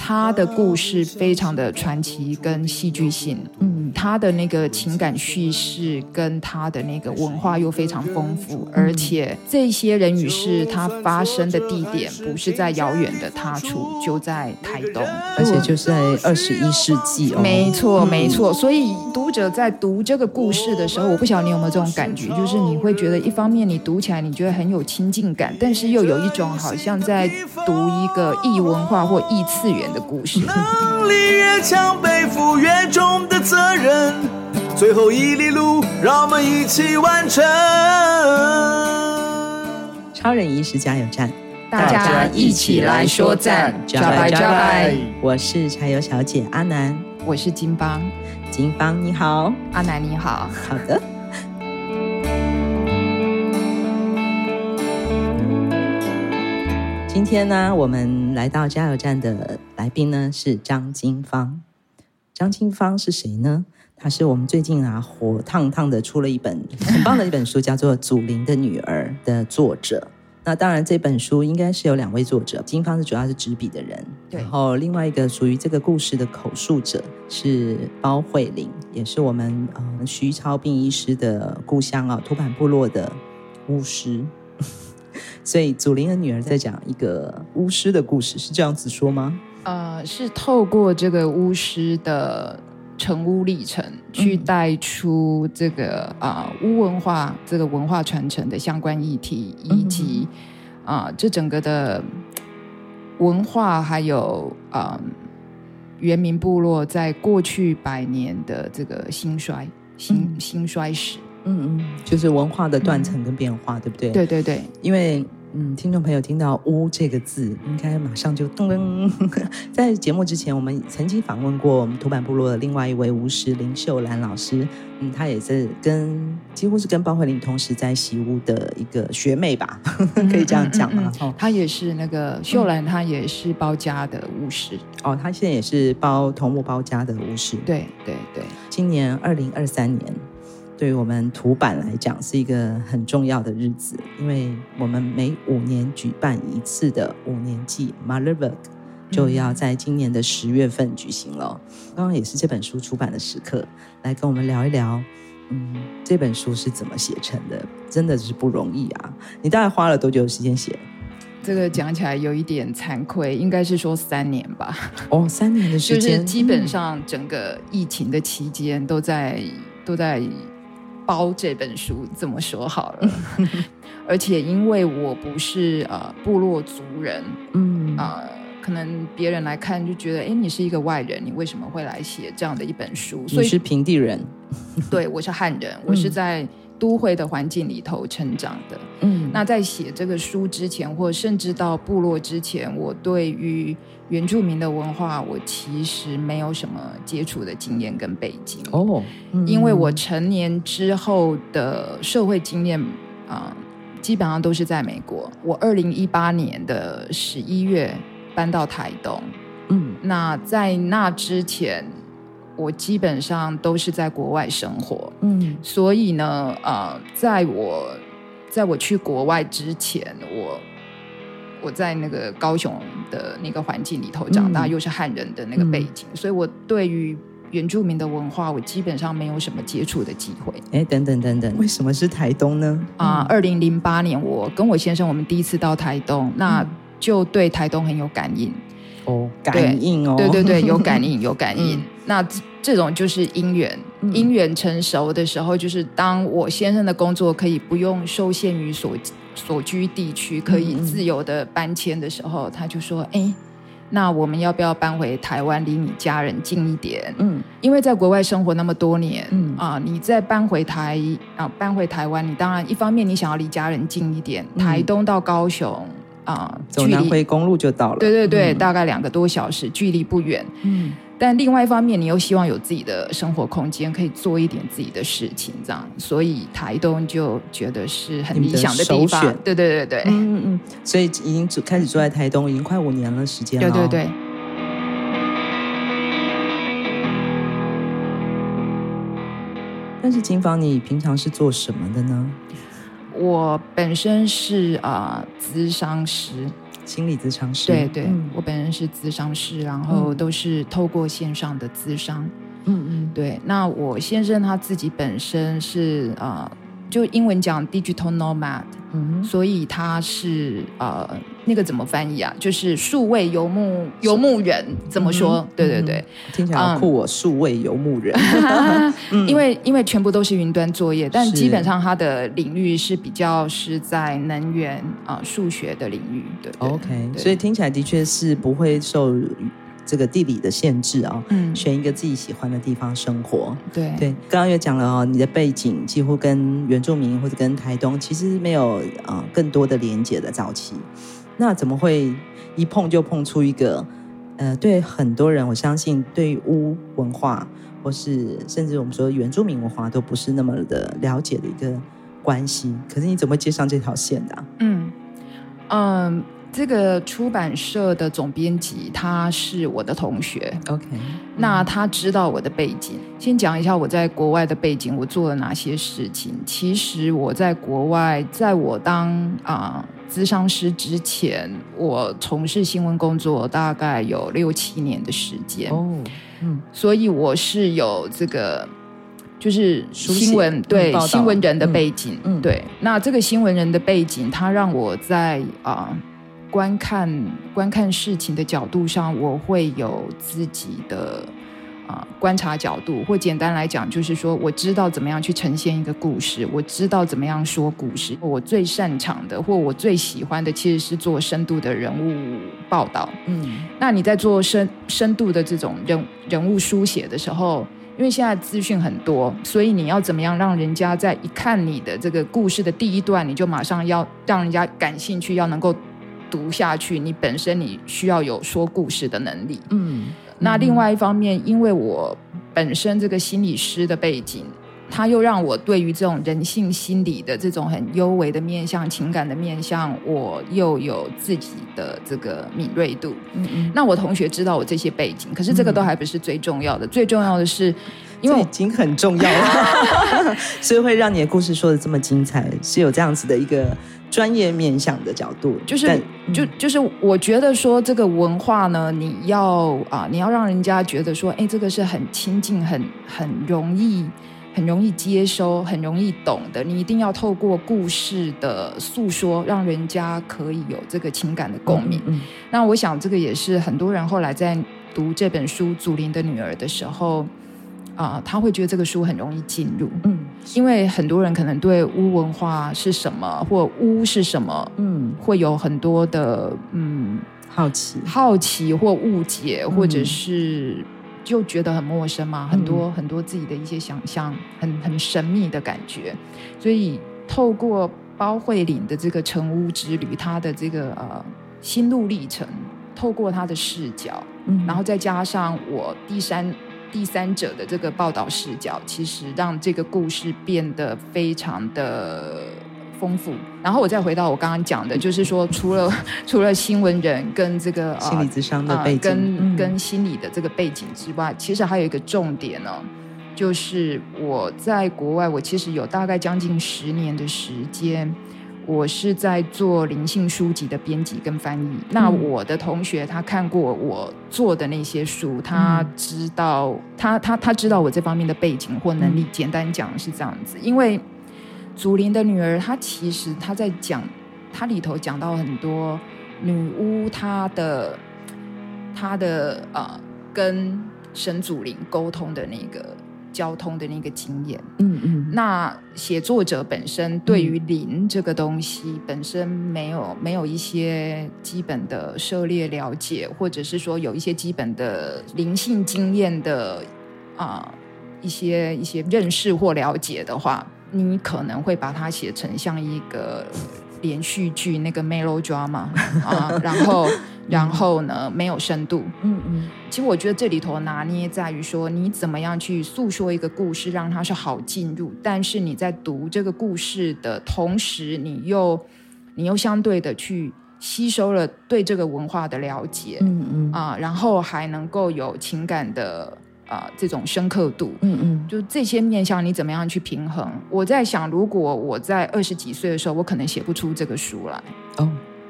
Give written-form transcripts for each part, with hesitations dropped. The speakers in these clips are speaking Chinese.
他的故事非常的传奇跟戏剧性，他的那个情感叙事跟他的那个文化又非常丰富，而且这些人与事他发生的地点不是在遥远的他处，就在台东， 而且就是在21世纪哦。 没错没错，所以读者在读这个故事的时候，我不晓得你有没有这种感觉，就是你会觉得一方面你读起来你觉得很有亲近感，但是又有一种好像在读一个异文化或异次元的故事。 能力越强，背负越重的责任，最后一里路，让我们一起完成。 超人医师加油站， 大家一起来说赞，加拜加拜！ 我是柴油小姐阿南， 我是金邦。 金邦你好， 阿南你好。 好的。今天呢，我们来到加油站的来宾呢是张金芳。张金芳是谁呢？她是我们最近火烫烫的出了一本很棒的一本书，叫做《祖灵的女儿》的作者。那当然这本书应该是有2位作者，金芳是主要是执笔的人，然后另外一个属于这个故事的口述者是包慧玲，也是我们徐超斌医师的故乡土坂部落的巫师。所以祖灵的女儿在讲一个巫师的故事，是这样子说吗？ 是透过这个巫师的成巫历程去带出这个巫文化这个文化传承的相关议题，以及这整个的文化还有原民部落在过去100年的这个兴衰史。 就是文化的断层跟变化，对不对？ 对对对， 因为听众朋友听到巫这个字应该马上就噔。在节目之前我们曾经访问过我们土坂部落的另外一位巫师林秀兰老师，她也是几乎是跟包慧玲同时在习巫的一个学妹吧，可以这样讲吗？ 她也是那个秀兰，她也是包家的巫师她现在也是头目包家的巫师。对对对，今年2023年对于我们土坂来讲是一个很重要的日子，因为我们每5年举办一次的5年祭 Malevak 就要在今年的10月份举行了。刚刚也是这本书出版的时刻，来跟我们聊一聊这本书是怎么写成的，真的是不容易啊。你大概花了多久的时间写？ 这个讲起来有一点惭愧，应该是说3年吧。 3年的时间， 就是基本上整个疫情的期间都在包这本书，这么说好了。而且因为我不是部落族人，可能别人来看就觉得你是一个外人，你为什么会来写这样的一本书？ 你是平地人？ 对，我是汉人，我是在都会的环境里头成长的。那在写这个书之前，或甚至到部落之前，我对于原住民的文化我其实没有什么接触的经验跟背景。因为我成年之后的社会经验基本上都是在美国。我2018年的11月搬到台东，那在那之前我基本上都是在国外生活，所以呢在我去国外之前，我在那个高雄的那个环境里头长大，又是汉人的那个背景，所以我对于原住民的文化我基本上没有什么接触的机会。 等等，为什么是台东呢 ？2008年我跟我先生我们第一次到台东，那就对台东很有感应。 感应对对对，有感应有感应。那这种就是因缘成熟的时候，就是当我先生的工作可以不用受限于所居地区，可以自由的搬迁的时候，他就说那我们要不要搬回台湾，离你家人近一点？因为在国外生活那么多年，你再搬回台湾，你当然一方面你想要离家人近一点，台东到高雄走南回公路就到了。 对对对，大概2个多小时，距离不远。但另外一方面你又希望有自己的生活空间，可以做一点自己的事情，这样，所以台东就觉得是很理想的地方。对对对对， 所以已经开始住在台东已经快5年了时间了。 对对对。 但是金芳，你平常是做什么的呢？ 我本身是咨商师。 心理咨商师。 对对，我本人是咨商师，然后都是透过线上的咨商。对。那我先生他自己本身是就英文讲 digital nomad，所以他是那个怎么翻译啊？就是数位游牧人，怎么说？对对对， 听起来好酷哦，数位游牧人。 因为全部都是云端作业，但基本上他的领域是比较是在能源数学的领域。对 ，OK， 所以听起来的确是不会受这个地理的限制选一个自己喜欢的地方生活。 对， 刚刚也讲了你的背景几乎跟原住民或者跟台东其实没有更多的连结的早期，那怎么会一碰就碰出一个对很多人我相信对巫文化或是甚至我们说原住民文化都不是那么的了解的一个关系，可是你怎么会接上这条线的这个出版社的总编辑他是我的同学 ，OK， 那他知道我的背景。先讲一下我在国外的背景，我做了哪些事情。其实我在国外，在我当咨商师之前，我从事新闻工作大概有6-7年的时间所以我是有这个就是新闻对新闻人的背景对。那这个新闻人的背景，它让我在观看事情的角度上，我会有自己的观察角度，或简单来讲就是说我知道怎么样去呈现一个故事，我知道怎么样说故事。我最擅长的或我最喜欢的其实是做深度的人物报道那你在做深度的这种人物书写的时候，因为现在资讯很多，所以你要怎么样让人家在一看你的这个故事的第一段，你就马上要让人家感兴趣，要能够读下去，你本身你需要有说故事的能力那另外一方面，因为我本身这个心理师的背景，它又让我对于这种人性心理的这种很幽微的面向、情感的面向，我又有自己的这个敏锐度那我同学知道我这些背景，可是这个都还不是最重要的最重要的是因为这已经很重要了所以会让你的故事说的这么精彩，是有这样子的一个专业面向的角度， 就是我觉得说这个文化呢，你要让人家觉得说，这个是很亲近、很容易接收、很容易懂的。你一定要透过故事的诉说，让人家可以有这个情感的共鸣。那我想这个也是很多人后来在读这本书《祖灵的女儿》的时候。他会觉得这个书很容易进入因为很多人可能对巫文化是什么或巫是什么会有很多的好奇或误解或者是就觉得很陌生嘛很多自己的一些想象很神秘的感觉，所以透过包慧玲的这个成巫之旅，他的这个心路历程，透过他的视角然后再加上我第三者的这个报道视角，其实让这个故事变得非常的丰富。然后我再回到我刚刚讲的，就是说除了新闻人跟这个心理咨商的背景跟心理的这个背景之外，其实还有一个重点呢就是我在国外，我其实有大概将近10年的时间，我是在做灵性书籍的编辑跟翻译。那我的同学他看过我做的那些书，他知道他知道我这方面的背景或能力。简单讲是这样子，因为祖灵的女儿，她其实她在讲，她里头讲到很多女巫她的跟神祖灵沟通的那个交通的那个经验。那写作者本身对于灵这个东西本身没有一些基本的涉猎了解，或者是说有一些基本的灵性经验的一些认识或了解的话，你可能会把它写成像一个连续剧那个 melodrama 然后呢没有深度。其实我觉得这里头拿捏在于说你怎么样去诉说一个故事让它是好进入，但是你在读这个故事的同时，你又相对的去吸收了对这个文化的了解。然后还能够有情感的这种深刻度。就这些面向你怎么样去平衡。我在想如果我在20几岁的时候，我可能写不出这个书来。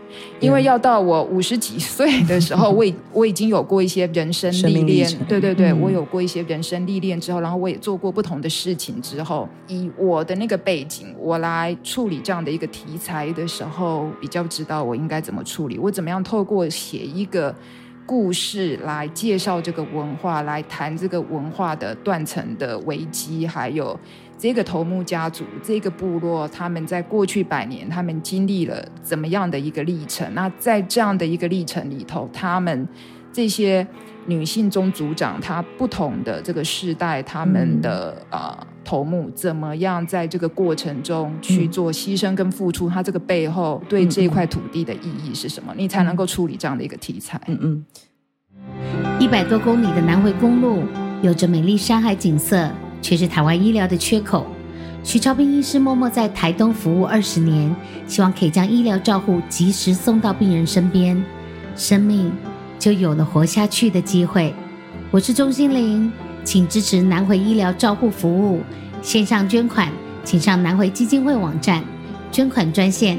因为要到我50几岁的时候，我已经有过一些人生历练，对对对，我有过一些人生历练之后，然后我也做过不同的事情之后，以我的那个背景，我来处理这样的一个题材的时候，比较知道我应该怎么处理，我怎么样透过写一个故事来介绍这个文化，来谈这个文化的断层的危机，还有这个头目家族这个部落他们在过去100年他们经历了怎么样的一个历程，那在这样的一个历程里头，他们这些女性中族长她不同的这个世代，他们的头目怎么样在这个过程中去做牺牲跟付出，他这个背后对这一块土地的意义是什么，你才能够处理这样的一个题材。 100多公里的南回公路有着美丽山海景色，却是台湾医疗的缺口。徐超斌医师默默在台东服务20年，希望可以将医疗照护及时送到病人身边，生命就有了活下去的机会。我是钟欣凌，请支持南回医疗照护服务，线上捐款请上南回基金会网站，捐款专线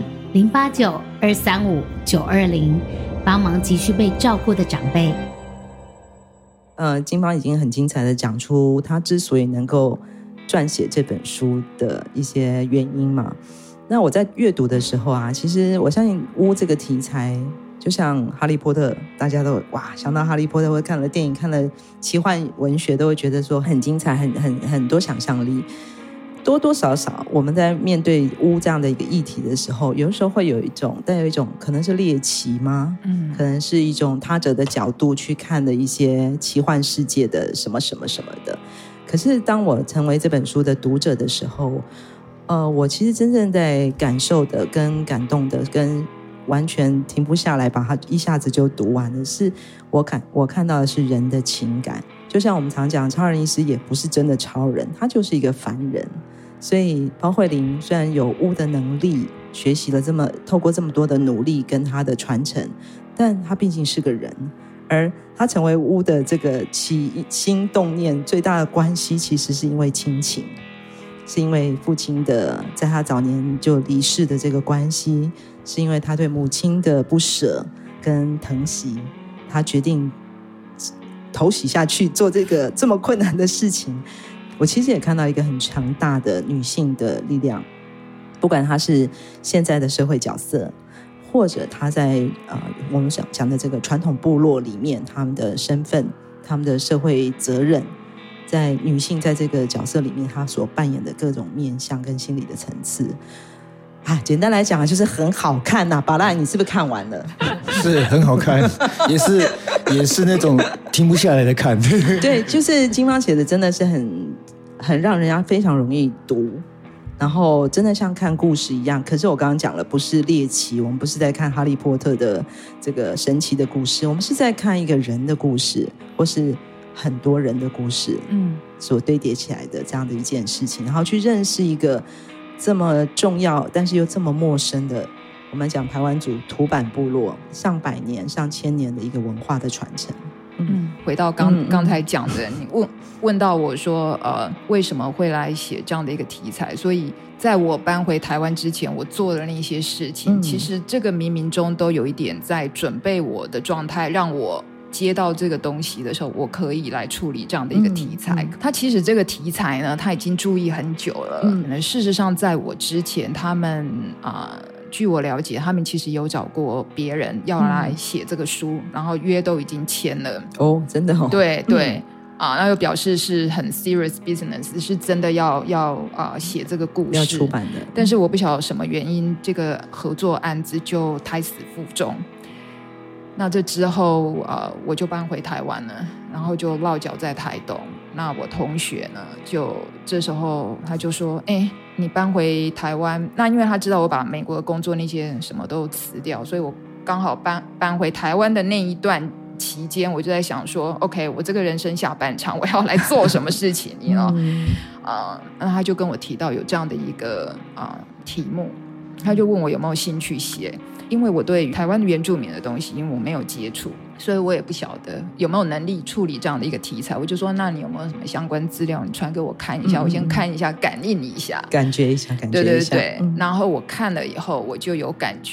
089-235-920，帮忙急需被照顾的长辈。 金芳已经很精彩的讲出他之所以能够撰写这本书的一些原因嘛。那我在阅读的时候啊，其实我相信巫这个题材就像哈利波特，大家都想到哈利波特，会看了电影看了奇幻文学都会觉得说很精彩，很多想象力。多多少少我们在面对巫这样的一个议题的时候，有的时候会带有一种可能是猎奇吗？可能是一种他者的角度去看的一些奇幻世界的什么什么什么的。可是当我成为这本书的读者的时候，我其实真正在感受的跟感动的跟完全停不下来把它一下子就读完的是我看到的是人的情感。就像我们常讲，超人医师也不是真的超人，他就是一个凡人。所以包慧玲虽然有巫的能力，学习了透过这么多的努力跟他的传承，但他毕竟是个人，而他成为巫的这个起心动念最大的关系，其实是因为亲情，是因为父亲的在他早年就离世的这个关系，是因为他对母亲的不舍跟疼惜，他决定投洗下去做这个这么困难的事情。我其实也看到一个很强大的女性的力量，不管她是现在的社会角色，或者她在我们讲的这个传统部落里面，她们的身份，她们的社会责任，在女性在这个角色里面她所扮演的各种面向跟心理的层次简单来讲就是很好看呐。巴拉，你是不是看完了？ 是很好看，也是那种停不下来的看。 对，就是金芳写的真的是很让人家非常容易读，然后真的像看故事一样。可是我刚刚讲了，不是猎奇，我们不是在看哈利波特的这个神奇的故事，我们是在看一个人的故事，或是很多人的故事所堆叠起来的这样的一件事情，然后去认识一个这么重要但是又这么陌生的，我们讲排湾族土坂部落上百年上千年的一个文化的传承。 回到刚才讲的，你问到我说为什么会来写这样的一个题材，所以在我搬回台湾之前我做的那些事情，其实这个冥冥中都有一点在准备我的状态，让我接到这个东西的时候我可以来处理这样的一个题材。它其实这个题材呢，它已经注意很久了。事实上在我之前他们据我了解，他们其实有找过别人要来写这个书，然后约都已经签了。 真的对对那又表示是很 serious business， 是真的要写这个故事， 要出版的。 但是我不晓得什么原因，这个合作案子就胎死腹中。那这之后我就搬回台湾了，然后就落脚在台东。那我同学呢，就这时候他就说你搬回台湾，那因为他知道我把美国的工作那些什么都辞掉，所以我刚好搬回台湾的那一段期间，我就在想说 OK， 我这个人生下半场我要来做什么事情你知道那他就跟我提到有这样的一个题目，他就问我有没有兴趣写。因为我对台湾的原住民的东西因为我没有接触，所以我也不晓得有没有能力处理这样的一个题材。我就说那你有没有什么相关资料你传给我看一下，我先看一下感应一下， 感觉一下对对对然后我看了以后我就有感觉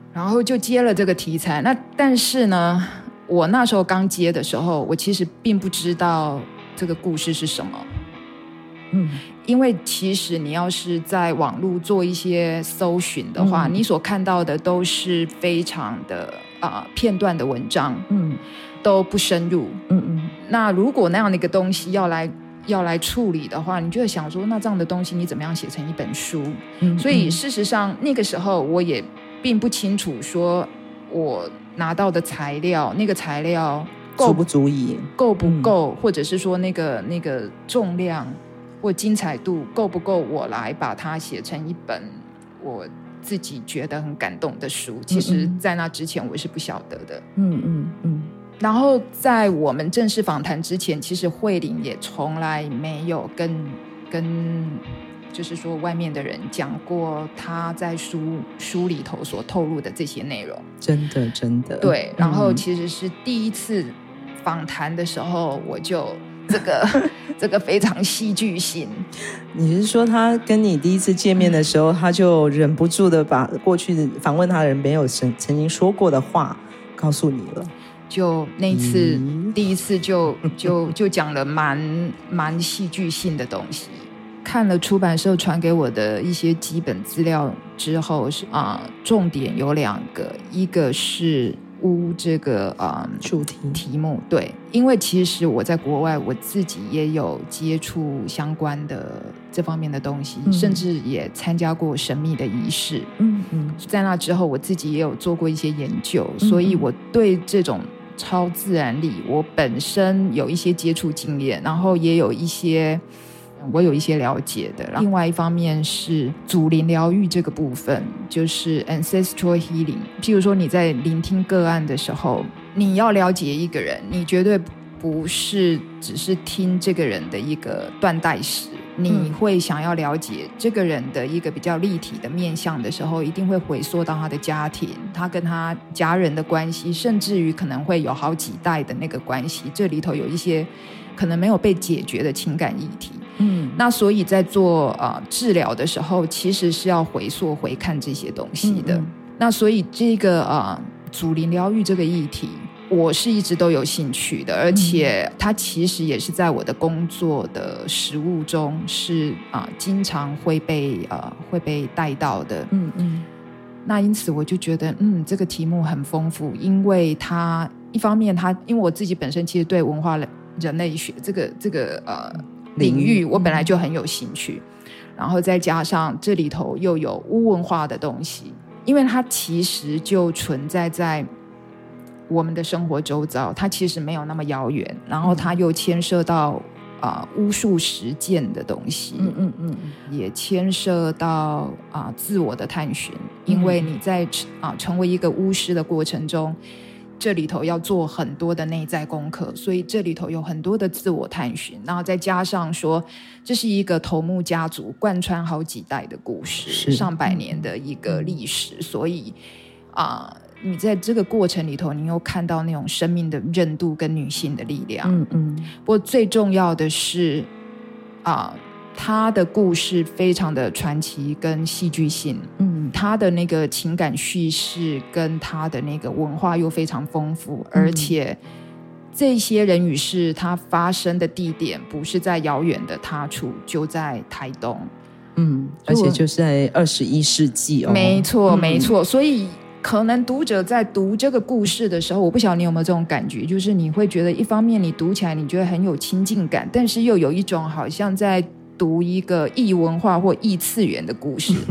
然后就接了这个题材。那但是呢，我那时候刚接的时候，我其实并不知道这个故事是什么。因为其实你要是在网络做一些搜寻的话，你所看到的都是非常的片段的文章，都不深入。那如果那样的一个东西要来处理的话，你就会想说，那这样的东西你怎么样写成一本书？所以事实上那个时候我也并不清楚说我拿到的材料，那个材料足不足以， 够不够，或者是说那个重量或精彩度够不够我来把它写成一本我自己觉得很感动的书。其实在那之前我是不晓得的。然后在我们正式访谈之前，其实慧玲也从来没有跟就是说外面的人讲过他在书里头所透露的这些内容。 真的对。然后其实是第一次访谈的时候，我就这个非常戏剧性。 你是说他跟你第一次见面的时候，他就忍不住的把过去访问他的人没有曾经说过的话告诉你了？ 就那一次第一次就讲了蛮戏剧性的东西。看了出版社传给我的一些基本资料之后，重点有2个，一个是这个主题目。对，因为其实我在国外我自己也有接触相关的这方面的东西，甚至也参加过神秘的仪式。在那之后我自己也有做过一些研究，所以我对这种超自然力我本身有一些接触经验，然后也有一些我有一些了解的。另外一方面是祖灵疗愈这个部分，就是 ancestral healing。 譬如说你在聆听个案的时候，你要了解一个人，你绝对不是只是听这个人的一个断代史，你会想要了解这个人的一个比较立体的面向的时候，一定会回溯到他的家庭，他跟他家人的关系，甚至于可能会有好几代的那个关系，这里头有一些可能没有被解决的情感议题。那所以在做治疗的时候，其实是要回溯回看这些东西的。那所以这个祖灵疗愈这个议题，我是一直都有兴趣的，而且它其实也是在我的工作的实务中是经常会被带到的。那因此我就觉得这个题目很丰富，因为它一方面因为我自己本身其实对文化人类学这个领域我本来就很有兴趣，然后再加上这里头又有巫文化的东西，因为它其实就存在我们的生活周遭，它其实没有那么遥远，然后它又牵涉到巫术实践的东西，也牵涉到自我的探寻，因为你在成为一个巫师的过程中，这里头要做很多的内在功课，所以这里头有很多的自我探寻，然后再加上说这是一个头目家族贯穿好几代的故事，上百年的一个历史，所以你在这个过程里头，你又看到那种生命的韧度跟女性的力量。不过最重要的是他的故事非常的传奇跟戏剧性，他的那个情感叙事跟他的那个文化又非常丰富，而且这些人与事他发生的地点不是在遥远的他处，就在台东。 而且就是在21世纪哦。 没错没错。所以可能读者在读这个故事的时候，我不晓得你有没有这种感觉，就是你会觉得一方面你读起来你觉得很有亲近感，但是又有一种好像在读一个异文化或异次元的故事。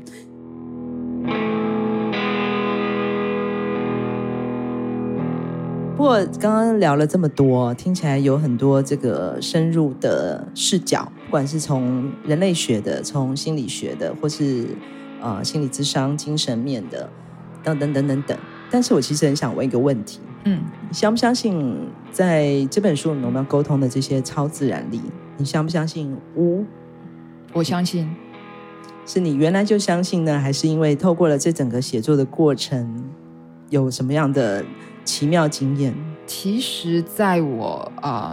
不过刚刚聊了这么多，听起来有很多这个深入的视角，不管是从人类学的，从心理学的，或是心理咨商精神面的等等等等等。但是我其实很想问一个问题，你相不相信在这本书里面我们要沟通的这些超自然力，你相不相信巫？ 我相信。 是你原来就相信呢，还是因为透过了这整个写作的过程有什么样的奇妙经验？ 其实在我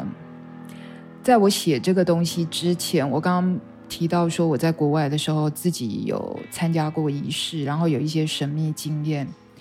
写这个东西之前，我刚刚提到说我在国外的时候自己有参加过仪式，然后有一些神秘经验。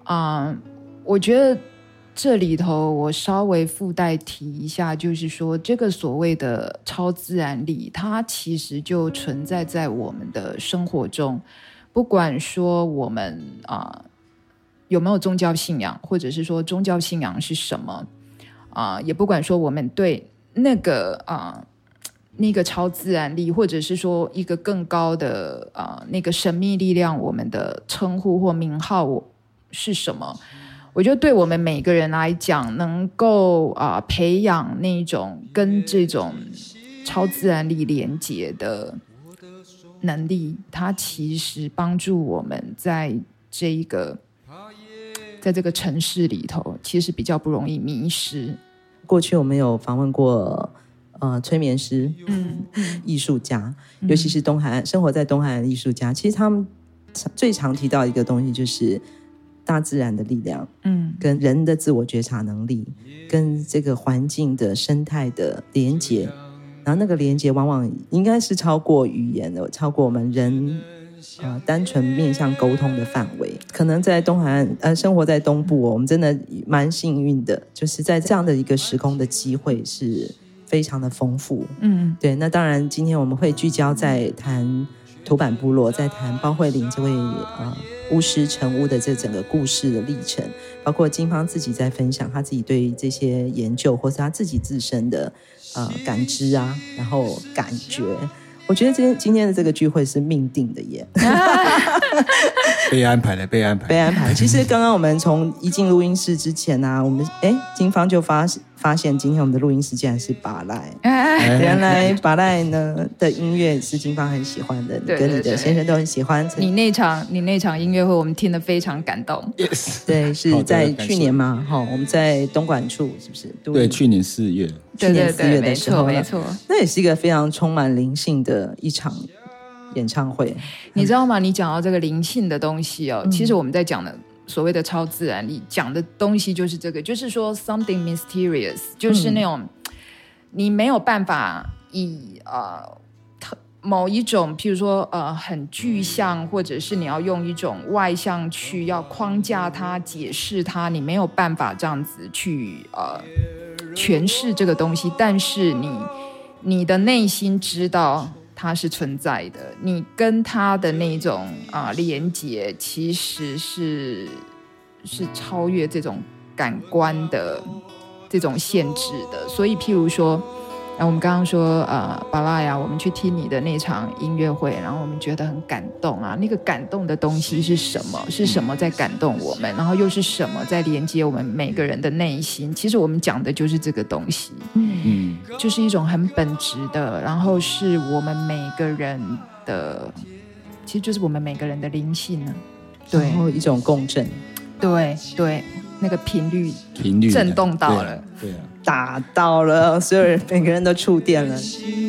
我觉得这里头我稍微附带提一下，就是说这个所谓的超自然力，它其实就存在在我们的生活中，不管说我们有没有宗教信仰，或者是说宗教信仰是什么也不管说我们对那个超自然力，或者是说一个更高的那个神秘力量，我们的称呼或名号是什么，我觉得对我们每个人来讲，能够培养那种跟这种超自然力连结的能力，它其实帮助我们在这个城市里头，其实比较不容易迷失。 过去我们有访问过催眠师、艺术家，尤其是生活在东海岸的艺术家，其实他们最常提到一个东西，就是大自然的力量，跟人的自我觉察能力，跟这个环境的生态的连结，然后那个连结往往应该是超过语言的，超过我们人单纯面向沟通的范围。可能在东海岸生活在东部我们真的蛮幸运的，就是在这样的一个时空的机会是非常的丰富。对，那当然今天我们会聚焦在谈土坂部落，在谈包慧玲这位巫师成巫的这整个故事的历程，包括金芳自己在分享他自己对这些研究，或是他自己自身的感知然后感觉。我觉得今天的这个聚会是命定的耶被安排了。 其实刚刚我们从一进录音室之前我们金芳就发现今天我们的录音室竟然是巴赖原来巴赖呢的音乐是金芳很喜欢的，你跟你的先生都很喜欢。 你那场音乐会我们听得非常感动。 Yes， 对，是在去年嘛，我们在东莞处，是不是？ 对，去年4月。 去年4月的时候， 没错， 那也是一个非常充满灵性的一场演唱会。 你知道吗？你讲到这个灵性的东西其实我们在讲的所谓的超自然力，讲的东西就是这个，就是说 something mysterious， 就是那种你没有办法以某一种譬如说很具象，或者是你要用一种外象去要框架它解释它，你没有办法这样子去诠释这个东西，但是你的内心知道它是存在的，你跟它的那种连结其实是超越这种感官的这种限制的。所以譬如说我们刚刚说巴拉呀，我们去听你的那场音乐会，然后我们觉得很感动那个感动的东西是什么？是什么在感动我们？然后又是什么在连接我们每个人的内心？其实我们讲的就是这个东西，就是一种很本质的，然后是我们每个人的，其实就是我们每个人的灵性对， 然后一种共振， 对，那个频率震动到了， 对打到了，所有人每个人都触电了。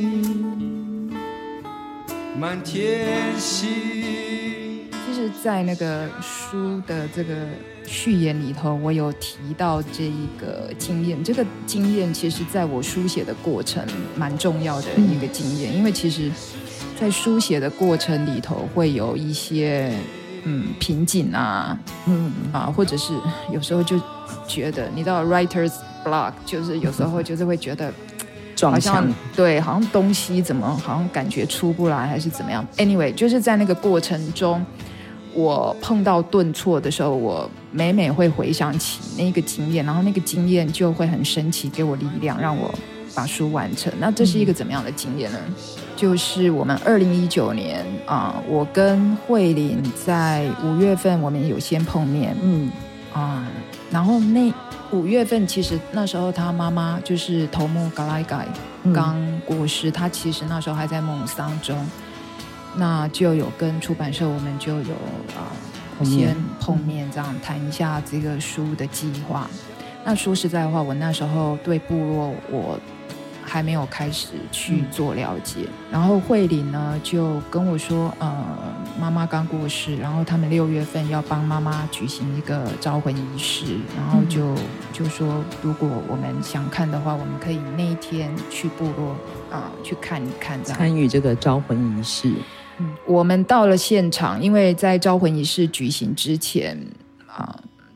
满天星， 就是在那个书的这个序言里头，我有提到这一个经验。这个经验其实在我书写的过程蛮重要的一个经验，因为其实在书写的过程里头会有一些瓶颈或者是有时候就觉得你知道 writer's block， 就是有时候就是会觉得撞墙， 对，好像东西怎么好像感觉出不来还是怎么样。 anyway， 就是在那个过程中我碰到顿挫的时候，我每会回想起那个经验，然后那个经验就会很神奇，给我力量让我把书完成。那这是一个怎么样的经验呢？就是我们2019年我跟慧玲在5月份我们有先碰面，然后那5月份其实那时候他妈妈就是头目嘎莱盖刚过世，他其实那时候还在梦丧中，那就有跟出版社我们就有先碰面，这样谈一下这个书的计划。那说实在话，我那时候对部落我还没有开始去做了解，然后慧玲呢就跟我说妈妈刚过世，然后他们6月份要帮妈妈举行一个招魂仪式，然后就说如果我们想看的话，我们可以那一天去部落去看一看， 参与这个招魂仪式。 我们到了现场，因为在招魂仪式举行之前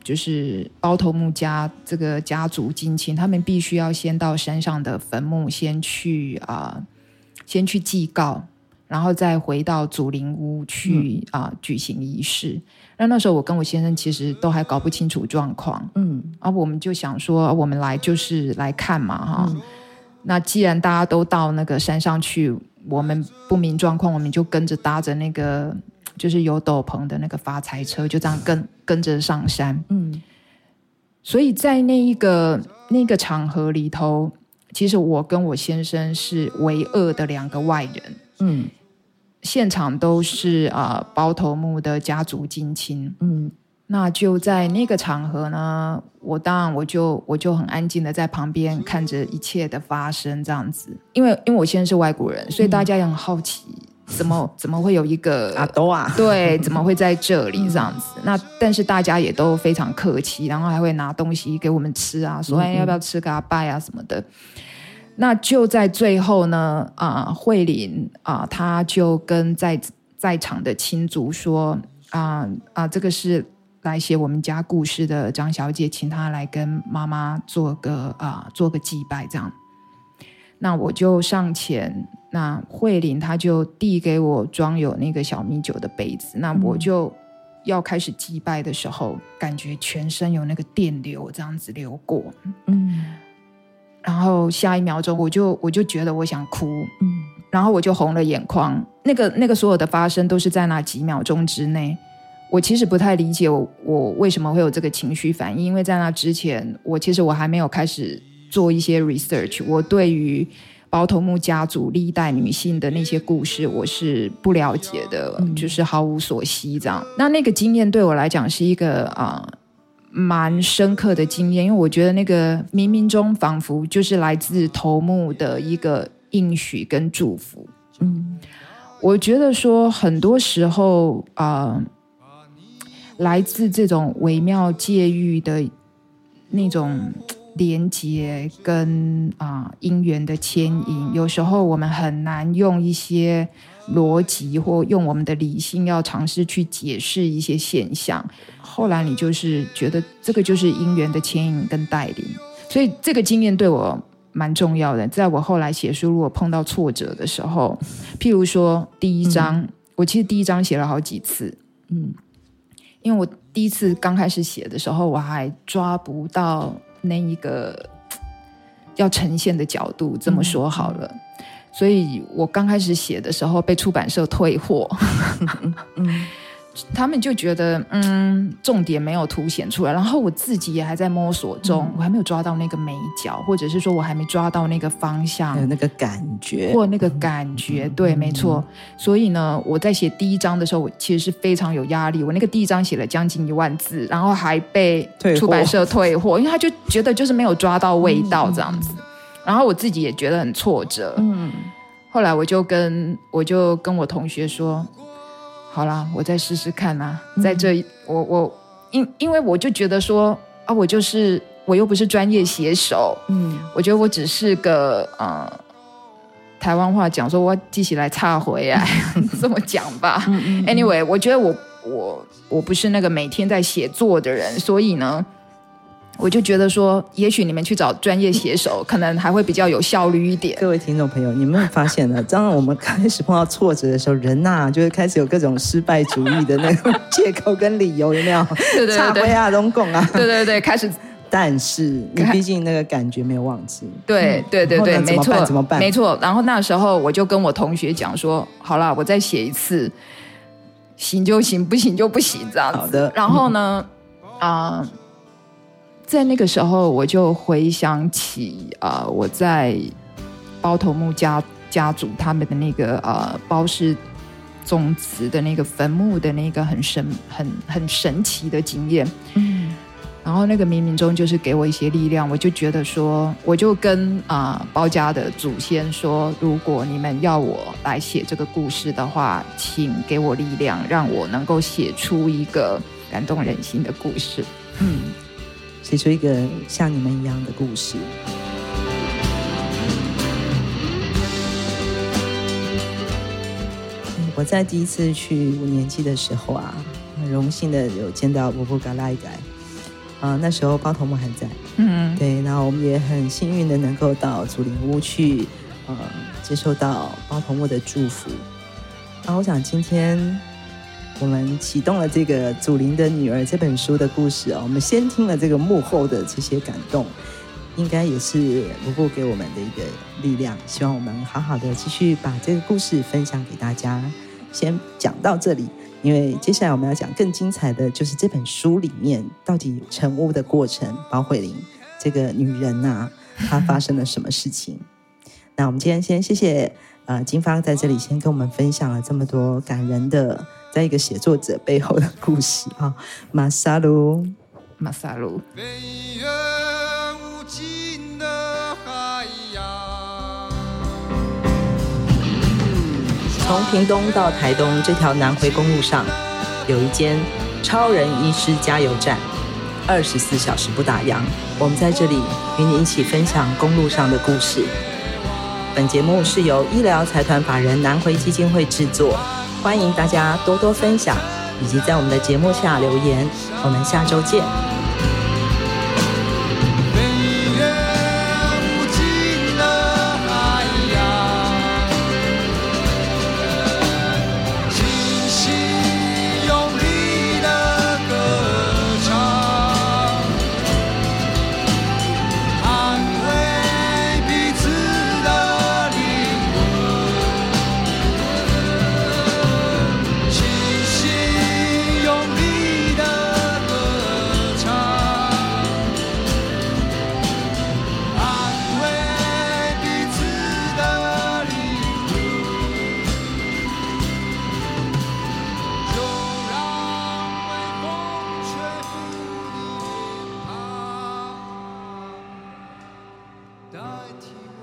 就是包头目家这个家族近亲，他们必须要先到山上的坟墓先去祭告，然后再回到祖灵屋去举行仪式。那时候我跟我先生其实都还搞不清楚状况，我们就想说我们来就是来看嘛哈。那既然大家都到那个山上去，我们不明状况，我们就跟着搭着那个就是有斗篷的那个发财车，就这样跟着上山。所以在那个场合里头，其实我跟我先生是唯二的2个外人。现场都是包头目的家族近亲。那就在那个场合呢，我就很安静的在旁边看着一切的发生这样子。因为我先生是外国人，所以大家也很好奇怎么会有一个阿斗啊？对， 怎么会在这里这样子？那但是大家也都非常客气，然后还会拿东西给我们吃啊，说要不要吃个阿拜啊什么的。那就在最后呢，慧玲他就跟在场的亲族说，这个是来写我们家故事的张小姐，请她来跟妈妈做个祭拜这样。那我就上前，那慧玲她就递给我装有那个小米酒的杯子，那我就要开始祭拜的时候，感觉全身有那个电流这样子流过。然后下一秒钟我就觉得我想哭，然后我就红了眼眶。那个所有的发生都是在那几秒钟之内。我其实不太理解我为什么会有这个情绪反应，因为在那之前其实我还没有开始做一些 research， 我对于包头目家族历代女性的那些故事我是不了解的，就是毫无所悉这样。那个经验对我来讲是一个蛮深刻的经验，因为我觉得那个冥冥中仿佛就是来自头目的一个应许跟祝福。我觉得说很多时候来自这种微妙界域的那种连结跟因缘的牵引，有时候我们很难用一些逻辑或用我们的理性要尝试去解释一些现象，后来你就是觉得这个就是因缘的牵引跟带领。所以这个经验对我蛮重要的，在我后来写书如果碰到挫折的时候，譬如说第1章，我其实第1章写了好几次，因为我第一次刚开始写的时候我还抓不到那一个要呈现的角度，这么说好了，所以我刚开始写的时候被出版社退货他们就觉得重点没有凸显出来，然后我自己也还在摸索中，我还没有抓到那个美角，或者是说我还没抓到那个方向， 有那个感觉或那个感觉，对，没错。所以呢，我在写第1章的时候，我其实是非常有压力。我那个第1章写了将近1万字，然后还被出版社退货，因为他就觉得就是没有抓到味道这样子。然后我自己也觉得很挫折。后来我就跟我同学说，好啦，我再试试看啊。在这因为我就觉得说我又不是专业写手，我觉得我只是个台湾话讲说我记起来插回来这么讲吧。Anyway， 我觉得我不是那个每天在写作的人，所以呢我就觉得说也许你们去找专业写手可能还会比较有效率一点。 各位听众朋友，你们有没有发现呢？当我们开始碰到挫折的时候，人就会开始有各种失败主义的那种借口跟理由，有没有？ 对对对， 插灰啊，拢讲啊， 对对对，开始。 但是你毕竟那个感觉没有忘记。 对对对对，没错， 怎么办？ 没错。然后那时候我就跟我同学讲说，好啦，我再写一次，行就行，不行就不行，这样子。 好的。 然后呢，在那个时候我就回想起我在包头目家族他们的那个包氏宗祠的那个坟墓的那个很神奇的经验。然后那个冥冥中就是给我一些力量，我就觉得说，我就跟包家的祖先说，如果你们要我来写这个故事的话，请给我力量，让我能够写出一个感动人心的故事。 写出一个像你们一样的故事。我在第一次去5年级的时候很荣幸的有见到波波嘎拉伊改。 那时候包头目还在，对，然后我们也很幸运的能够到祖灵屋去，接受到包头目的祝福。我想今天我们启动了这个《祖灵的女儿》这本书的故事我们先听了这个幕后的这些感动，应该也是卢布给我们的一个力量，希望我们好好的继续把这个故事分享给大家。先讲到这里，因为接下来我们要讲更精彩的就是这本书里面到底成屋的过程，包慧玲这个女人啊，她发生了什么事情。那我们今天先谢谢金芳在这里先跟我们分享了这么多感人的在一个写作者背后的故事啊，马萨鲁， 马萨鲁。 飞越无尽的海洋。 从屏东到台东这条南回公路上，有一间超人医师加油站，24小时不打烊。我们在这里与你一起分享公路上的故事。本节目是由医疗财团法人南回基金会制作，欢迎大家多多分享，以及在我们的节目下留言。我们下周见。代替